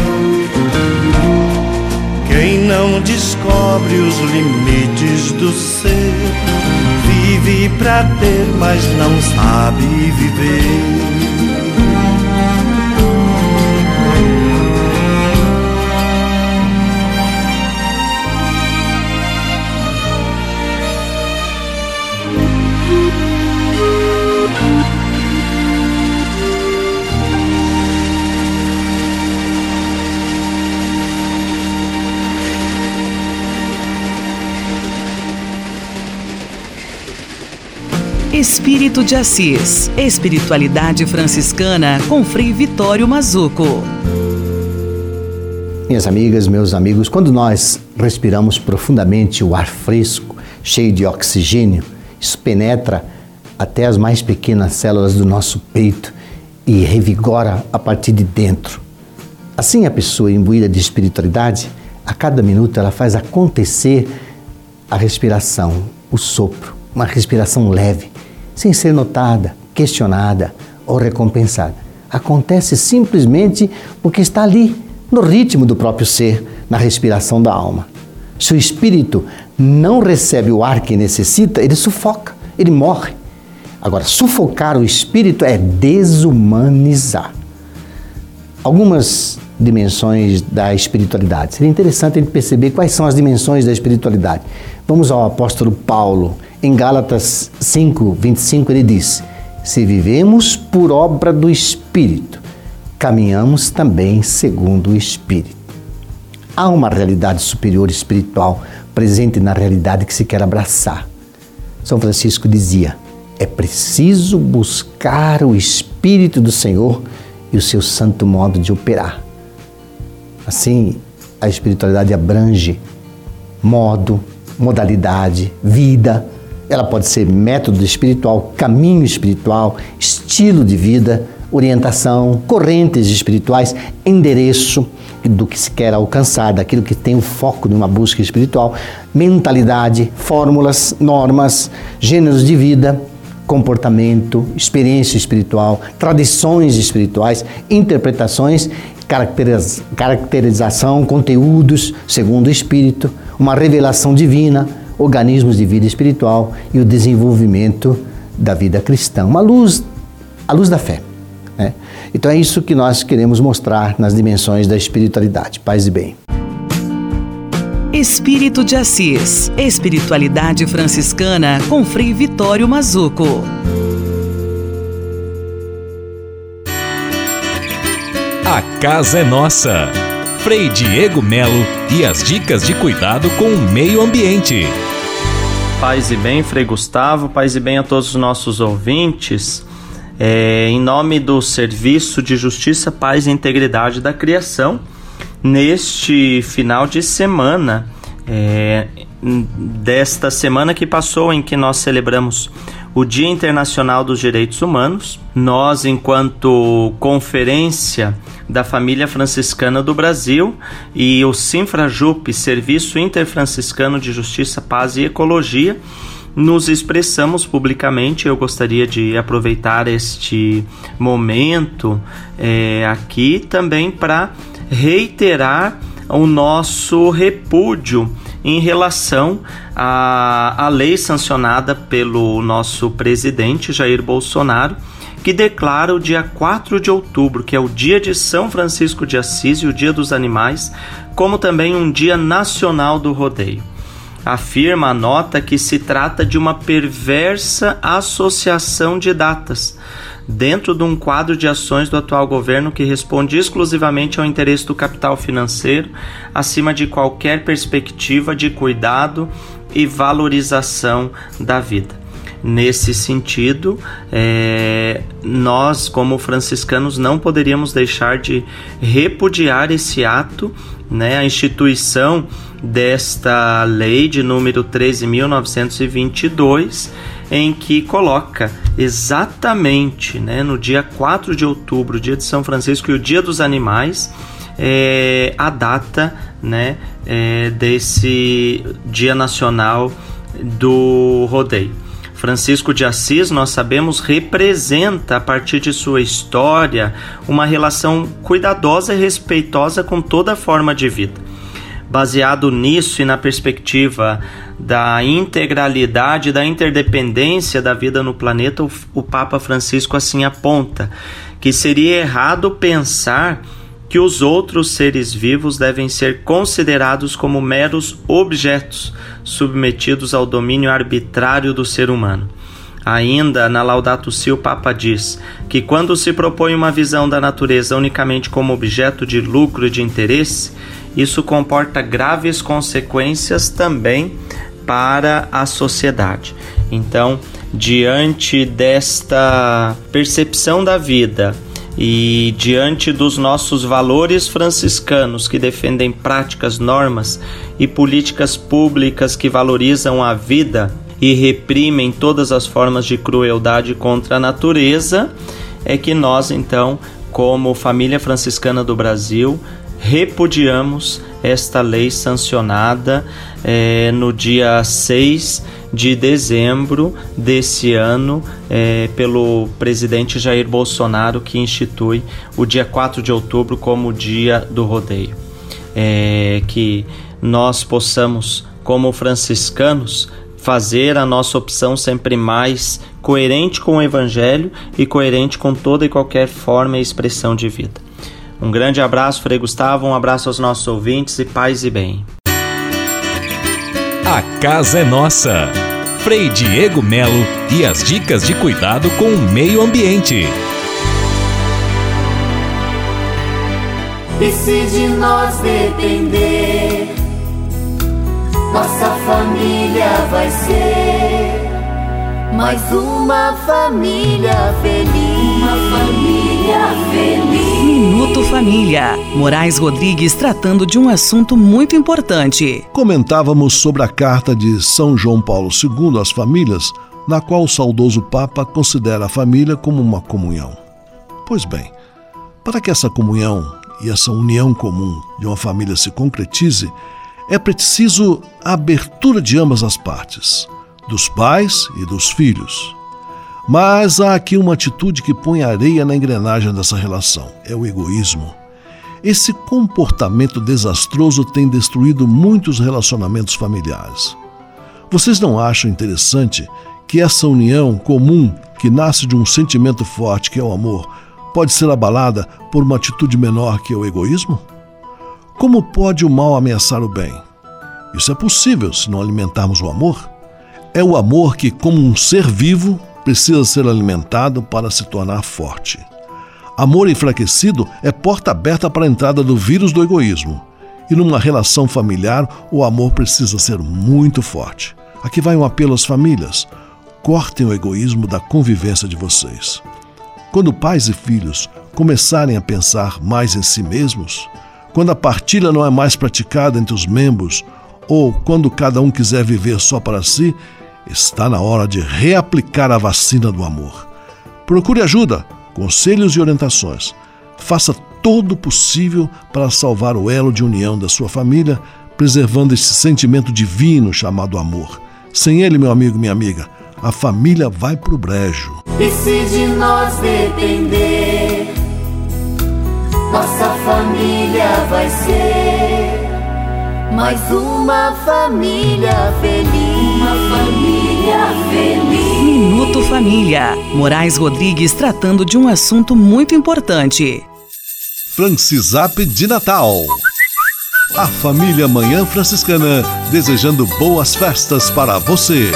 Quem não descobre os limites do ser, vive pra ter, mas não sabe viver. Espírito de Assis, espiritualidade franciscana com Frei Vitório Mazzuco. Minhas amigas, meus amigos, quando nós respiramos profundamente o ar fresco, cheio de oxigênio, isso penetra até as mais pequenas células do nosso peito e revigora a partir de dentro. Assim, a pessoa imbuída de espiritualidade, a cada minuto ela faz acontecer a respiração, o sopro, uma respiração leve, sem ser notada, questionada ou recompensada. Acontece simplesmente porque está ali, no ritmo do próprio ser, na respiração da alma. Se o espírito não recebe o ar que necessita, ele sufoca, ele morre. Agora, sufocar o espírito é desumanizar. Algumas dimensões da espiritualidade. Seria interessante a gente perceber quais são as dimensões da espiritualidade. Vamos ao apóstolo Paulo. Em Gálatas cinco, vinte e cinco, ele diz: se vivemos por obra do Espírito, caminhamos também segundo o Espírito. Há uma realidade superior espiritual presente na realidade que se quer abraçar. São Francisco dizia: é preciso buscar o Espírito do Senhor e o seu santo modo de operar. Assim, a espiritualidade abrange modo, modalidade, vida. Ela pode ser método espiritual, caminho espiritual, estilo de vida, orientação, correntes espirituais, endereço do que se quer alcançar, daquilo que tem o foco de uma busca espiritual, mentalidade, fórmulas, normas, gêneros de vida, comportamento, experiência espiritual, tradições espirituais, interpretações, caracteriz- caracterização, conteúdos segundo o Espírito, uma revelação divina, organismos de vida espiritual e o desenvolvimento da vida cristã, uma luz, a luz da fé, né? Então é isso que nós queremos mostrar nas dimensões da espiritualidade. Paz e bem. Espírito de Assis, espiritualidade franciscana com Frei Vitório Mazzuco. A casa é nossa. Frei Diego Melo e as dicas de cuidado com o meio ambiente. Paz e bem, Frei Gustavo, paz e bem a todos os nossos ouvintes. É, em nome do Serviço de Justiça, Paz e Integridade da Criação, neste final de semana, é, desta semana que passou, em que nós celebramos o Dia Internacional dos Direitos Humanos, nós, enquanto Conferência da Família Franciscana do Brasil e o Sinfrajup, Serviço Interfranciscano de Justiça, Paz e Ecologia, nos expressamos publicamente. Eu gostaria de aproveitar este momento é, aqui também para reiterar o nosso repúdio em relação à, à lei sancionada pelo nosso presidente Jair Bolsonaro, que declara o dia quatro de outubro, que é o dia de São Francisco de Assis e o Dia dos Animais, como também um dia nacional do rodeio. Afirma a nota que se trata de uma perversa associação de datas, dentro de um quadro de ações do atual governo que responde exclusivamente ao interesse do capital financeiro, acima de qualquer perspectiva de cuidado e valorização da vida. Nesse sentido, é, nós, como franciscanos, não poderíamos deixar de repudiar esse ato, né, a instituição desta lei de número treze mil novecentos e vinte e dois, em que coloca exatamente, né, no dia quatro de outubro, dia de São Francisco e o dia dos animais, é, a data, né, é, desse Dia Nacional do Rodeio. Francisco de Assis, nós sabemos, representa, a partir de sua história, uma relação cuidadosa e respeitosa com toda forma de vida. Baseado nisso e na perspectiva da integralidade, da interdependência da vida no planeta, o, o Papa Francisco assim aponta que seria errado pensar que os outros seres vivos devem ser considerados como meros objetos submetidos ao domínio arbitrário do ser humano. Ainda na Laudato Si, o Papa diz que quando se propõe uma visão da natureza unicamente como objeto de lucro e de interesse, isso comporta graves consequências também para a sociedade. Então, diante desta percepção da vida e diante dos nossos valores franciscanos que defendem práticas, normas e políticas públicas que valorizam a vida e reprimem todas as formas de crueldade contra a natureza, é que nós, então, como família franciscana do Brasil, repudiamos esta lei sancionada eh, no dia seis de dezembro desse ano eh, pelo presidente Jair Bolsonaro, que institui o dia quatro de outubro como o dia do rodeio. É, que nós possamos, como franciscanos, fazer a nossa opção sempre mais coerente com o Evangelho e coerente com toda e qualquer forma e expressão de vida. Um grande abraço, Frei Gustavo, um abraço aos nossos ouvintes e paz e bem. A casa é nossa. Frei Diego Melo e as dicas de cuidado com o meio ambiente. E se de nós depender, nossa família vai ser mais uma família feliz. Uma família feliz. Minuto Família. Moraes Rodrigues tratando de um assunto muito importante. Comentávamos sobre a carta de São João Paulo segundo às famílias, na qual o saudoso Papa considera a família como uma comunhão. Pois bem, para que essa comunhão e essa união comum de uma família se concretize, é preciso a abertura de ambas as partes, dos pais e dos filhos. Mas há aqui uma atitude que põe areia na engrenagem dessa relação, é o egoísmo. Esse comportamento desastroso tem destruído muitos relacionamentos familiares. Vocês não acham interessante que essa união comum, que nasce de um sentimento forte que é o amor, pode ser abalada por uma atitude menor que é o egoísmo? Como pode o mal ameaçar o bem? Isso é possível se não alimentarmos o amor. É o amor que, como um ser vivo, precisa ser alimentado para se tornar forte. Amor enfraquecido é porta aberta para a entrada do vírus do egoísmo. E numa relação familiar, o amor precisa ser muito forte. Aqui vai um apelo às famílias. Cortem o egoísmo da convivência de vocês. Quando pais e filhos começarem a pensar mais em si mesmos, quando a partilha não é mais praticada entre os membros, ou quando cada um quiser viver só para si, está na hora de reaplicar a vacina do amor. Procure ajuda, conselhos e orientações. Faça todo o possível para salvar o elo de união da sua família, preservando esse sentimento divino chamado amor. Sem ele, meu amigo, minha amiga, a família vai pro brejo. E se de nós depender, nossa família vai ser mais uma família feliz. Uma família feliz. Minuto Família. Moraes Rodrigues tratando de um assunto muito importante. Francisap de Natal. A família Manhã Franciscana desejando boas festas para você.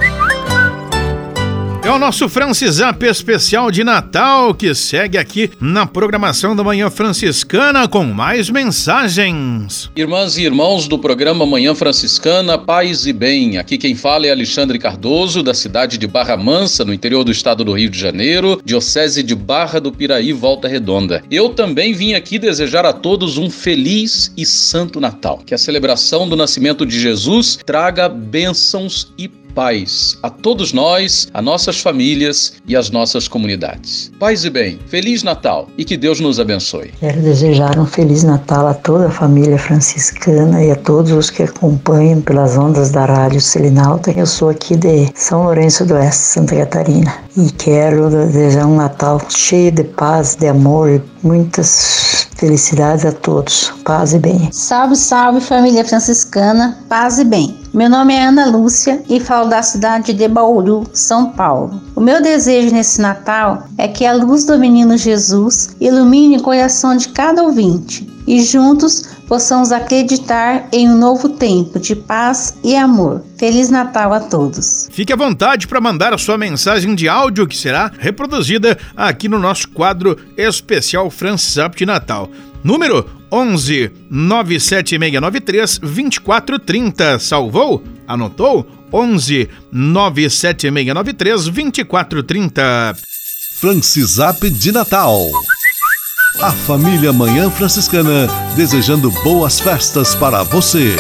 É o nosso Francisap especial de Natal que segue aqui na programação da Manhã Franciscana com mais mensagens. Irmãs e irmãos do programa Manhã Franciscana, paz e bem. Aqui quem fala é Alexandre Cardoso, da cidade de Barra Mansa, no interior do estado do Rio de Janeiro, diocese de Barra do Piraí, Volta Redonda. Eu também vim aqui desejar a todos um feliz e santo Natal. Que a celebração do nascimento de Jesus traga bênçãos e paz a todos nós, a nossas famílias e as nossas comunidades. Paz e bem, Feliz Natal e que Deus nos abençoe. Quero desejar um Feliz Natal a toda a família franciscana e a todos os que acompanham pelas ondas da Rádio Selinalta. Eu sou aqui de São Lourenço do Oeste, Santa Catarina, e quero desejar um Natal cheio de paz, de amor e muitas felicidades a todos. Paz e bem. Salve, salve família franciscana, paz e bem. Meu nome é Ana Lúcia e falo da cidade de Bauru, São Paulo. O meu desejo nesse Natal é que a luz do menino Jesus ilumine o coração de cada ouvinte e juntos possamos acreditar em um novo tempo de paz e amor. Feliz Natal a todos. Fique à vontade para mandar a sua mensagem de áudio que será reproduzida aqui no nosso quadro especial Francisap de Natal. Número onze nove sete seis nove três dois quatro três zero. Salvou? Anotou? onze nove sete seis nove três dois quatro três zero. Francisap de Natal. A família Manhã Franciscana desejando boas festas para você.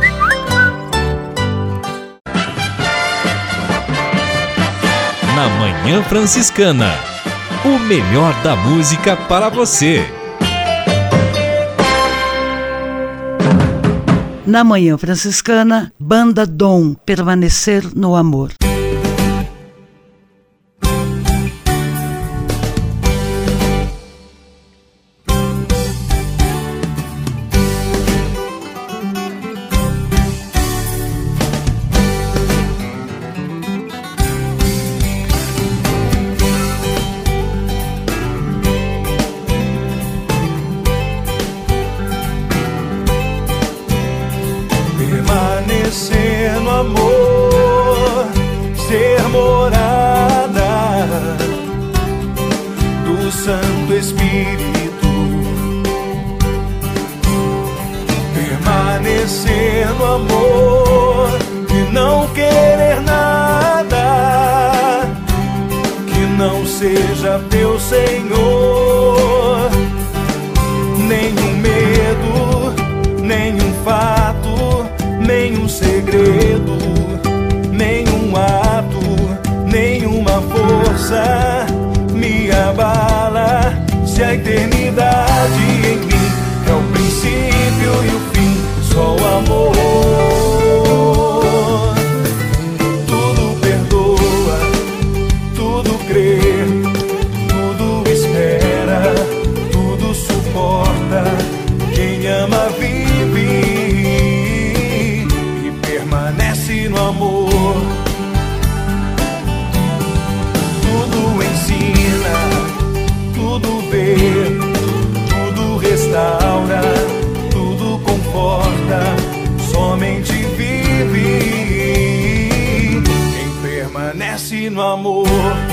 Na Manhã Franciscana, o melhor da música para você. Na Manhã Franciscana, Banda Dom, Permanecer no Amor. Permanecer no amor, ser morada do Santo Espírito. Permanecer no amor e não querer nada que não seja teu Senhor. Nenhum medo, nenhum fato, nenhum segredo, nenhum ato, nenhuma força me abala. Se a eternidade em mim é o princípio e o fim, só o amor. Tudo perdoa, tudo crê, tudo espera, tudo suporta. Quem ama vive no amor. Tudo ensina, tudo vê, tudo restaura, tudo conforta, somente vive quem permanece no amor.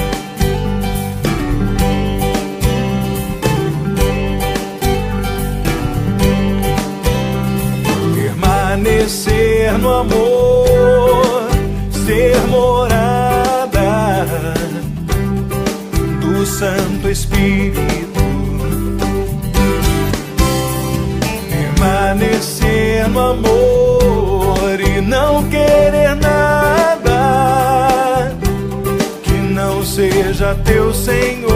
Permanecer no amor, ser morada do Santo Espírito. Permanecer no amor e não querer nada que não seja teu Senhor.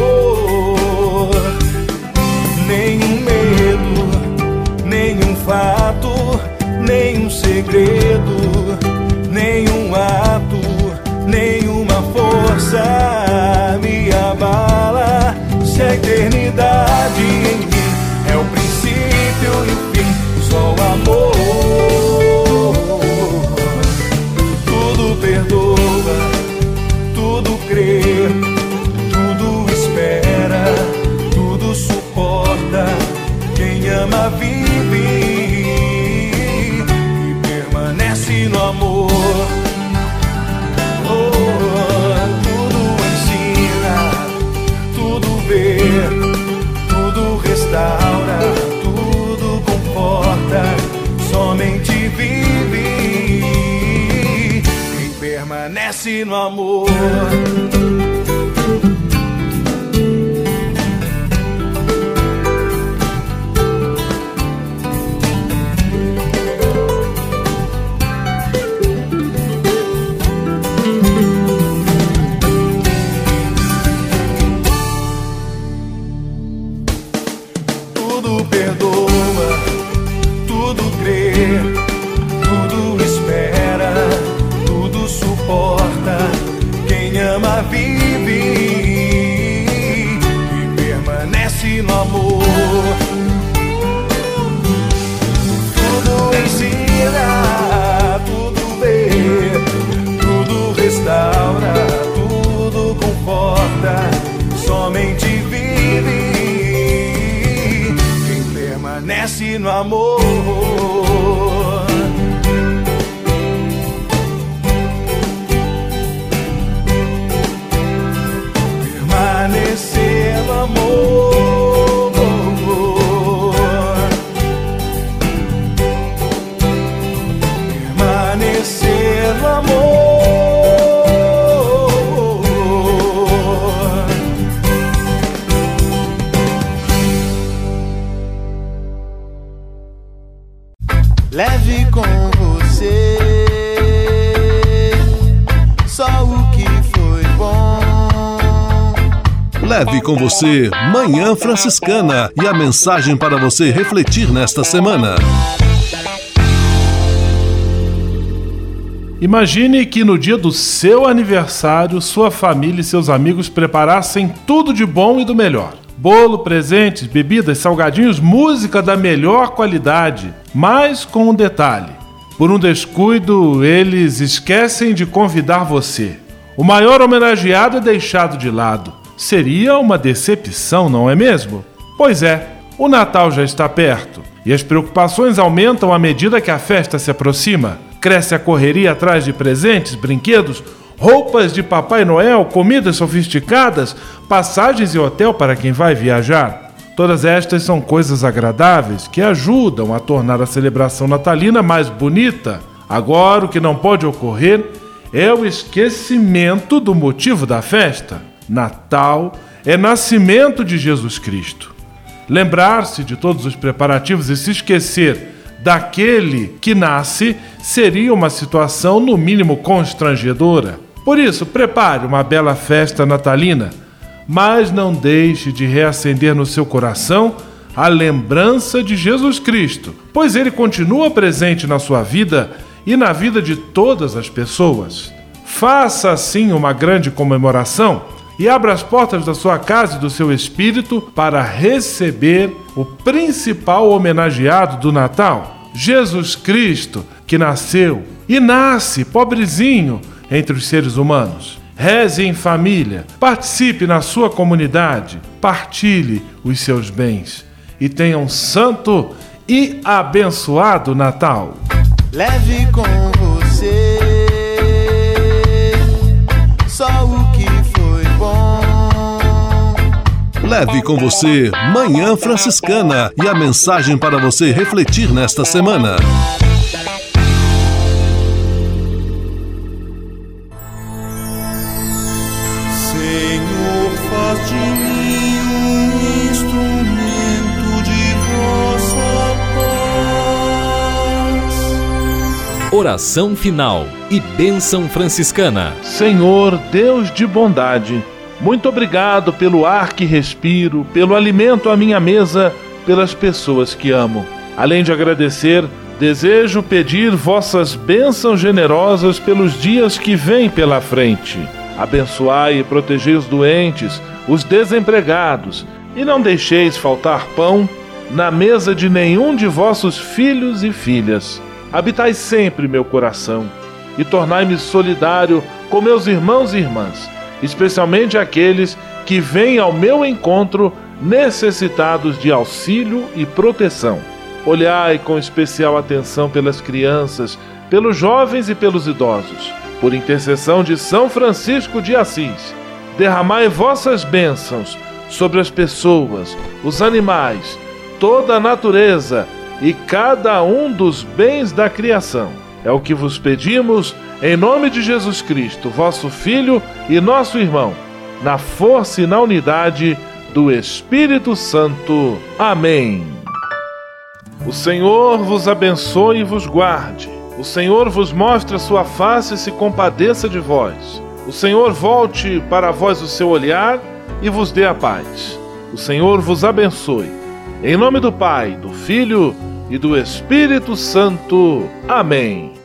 Nenhum medo, nenhum fato, nenhum segredo, nenhum ato, nenhuma força me abala. Se a eternidade em mim é o princípio e o fim, só o amor. Tudo perdoa, tudo crê, tudo espera, tudo suporta. Quem ama vive no amor. Oh, tudo ensina, tudo vê, tudo restaura, tudo conforta, somente vive quem permanece no amor. permanece no amor. Permanecer no amor. Permanecer no amor. Leve com você só o que foi bom. Leve com você Manhã Franciscana e a mensagem para você refletir nesta semana. Imagine que no dia do seu aniversário, sua família e seus amigos preparassem tudo de bom e do melhor. Bolo, presentes, bebidas, salgadinhos, música da melhor qualidade. Mas com um detalhe: por um descuido, eles esquecem de convidar você. O maior homenageado é deixado de lado. Seria uma decepção, não é mesmo? Pois é, o Natal já está perto e as preocupações aumentam à medida que a festa se aproxima. Cresce a correria atrás de presentes, brinquedos, roupas de Papai Noel, comidas sofisticadas, passagens e hotel para quem vai viajar. Todas estas são coisas agradáveis que ajudam a tornar a celebração natalina mais bonita. Agora, o que não pode ocorrer é o esquecimento do motivo da festa. Natal é nascimento de Jesus Cristo. Lembrar-se de todos os preparativos e se esquecer daquele que nasce seria uma situação no mínimo constrangedora. Por isso, prepare uma bela festa natalina, mas não deixe de reacender no seu coração a lembrança de Jesus Cristo, pois ele continua presente na sua vida e na vida de todas as pessoas. Faça assim uma grande comemoração e abra as portas da sua casa e do seu espírito para receber o principal homenageado do Natal, Jesus Cristo, que nasceu e nasce pobrezinho entre os seres humanos. Reze em família, participe na sua comunidade, partilhe os seus bens e tenha um santo e abençoado Natal. Leve com você só o que foi bom. Leve com você Manhã Franciscana e a mensagem para você refletir nesta semana. Senhor, faz de mim um instrumento de vossa paz. Oração final e bênção franciscana. Senhor, Deus de bondade, muito obrigado pelo ar que respiro, pelo alimento à minha mesa, pelas pessoas que amo. Além de agradecer, desejo pedir vossas bênçãos generosas pelos dias que vêm pela frente. Abençoai e protegei os doentes, os desempregados, e não deixeis faltar pão na mesa de nenhum de vossos filhos e filhas. Habitai sempre meu coração e tornai-me solidário com meus irmãos e irmãs, especialmente aqueles que vêm ao meu encontro necessitados de auxílio e proteção. Olhai com especial atenção pelas crianças, pelos jovens e pelos idosos. Por intercessão de São Francisco de Assis, derramai vossas bênçãos sobre as pessoas, os animais, toda a natureza e cada um dos bens da criação. É o que vos pedimos, em nome de Jesus Cristo, vosso Filho e nosso irmão, na força e na unidade do Espírito Santo. Amém. O Senhor vos abençoe e vos guarde. O Senhor vos mostre a sua face e se compadeça de vós. O Senhor volte para vós o seu olhar e vos dê a paz. O Senhor vos abençoe. Em nome do Pai, do Filho e do Espírito Santo. Amém.